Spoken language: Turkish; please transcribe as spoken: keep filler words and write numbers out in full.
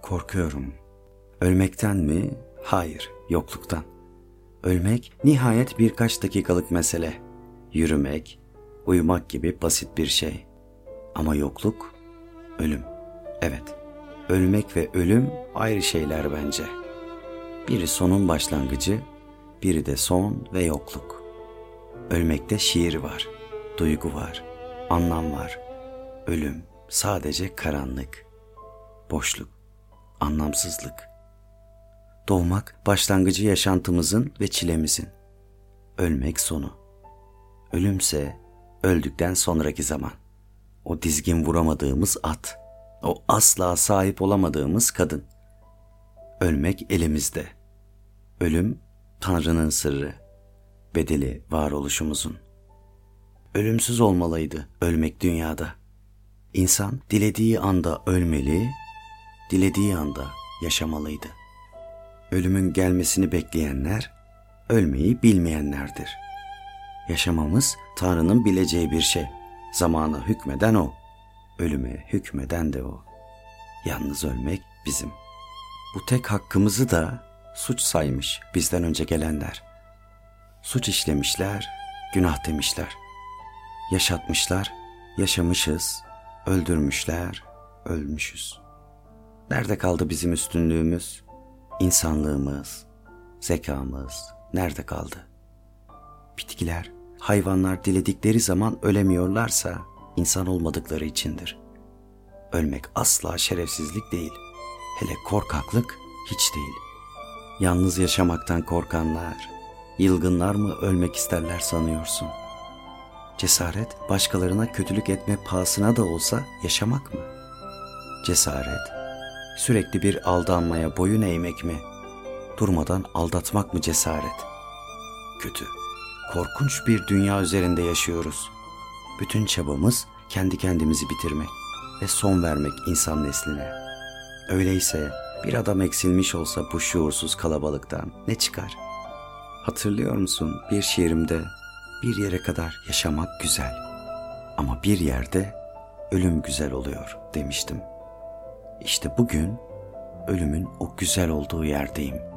Korkuyorum. Ölmekten mi? Hayır, yokluktan. Ölmek nihayet birkaç dakikalık mesele. Yürümek, uyumak gibi basit bir şey. Ama yokluk, ölüm. Evet, ölmek ve ölüm ayrı şeyler bence. Biri sonun başlangıcı, biri de son ve yokluk. Ölmekte şiir var, duygu var, anlam var. Ölüm sadece karanlık, boşluk, anlamsızlık. Doğmak başlangıcı yaşantımızın ve çilemizin. Ölmek sonu. Ölümse öldükten sonraki zaman. O dizgin vuramadığımız at. O asla sahip olamadığımız kadın. Ölmek elimizde. Ölüm Tanrı'nın sırrı. Bedeli varoluşumuzun. Ölümsüz olmalıydı ölmek dünyada. İnsan dilediği anda ölmeli, dilediği anda yaşamalıydı. Ölümün gelmesini bekleyenler, ölmeyi bilmeyenlerdir. Yaşamamız Tanrı'nın bileceği bir şey. Zamana hükmeden O. Ölüme hükmeden de O. Yalnız ölmek bizim. Bu tek hakkımızı da suç saymış bizden önce gelenler. Suç işlemişler, günah demişler. Yaşatmışlar, yaşamışız, öldürmüşler, ölmüşüz. Nerede kaldı bizim üstünlüğümüz, insanlığımız, zekamız nerede kaldı? Bitkiler, hayvanlar diledikleri zaman ölemiyorlarsa insan olmadıkları içindir. Ölmek asla şerefsizlik değil, hele korkaklık hiç değil. Yalnız yaşamaktan korkanlar, yılgınlar mı ölmek isterler sanıyorsun? Cesaret, başkalarına kötülük etme pahasına da olsa yaşamak mı? Cesaret, sürekli bir aldanmaya boyun eğmek mi? Durmadan aldatmak mı cesaret? Kötü, korkunç bir dünya üzerinde yaşıyoruz. Bütün çabamız kendi kendimizi bitirmek ve son vermek insan nesline. Öyleyse bir adam eksilmiş olsa bu şuursuz kalabalıktan ne çıkar? Hatırlıyor musun bir şiirimde bir yere kadar yaşamak güzel ama bir yerde ölüm güzel oluyor demiştim. İşte bugün ölümün o güzel olduğu yerdeyim.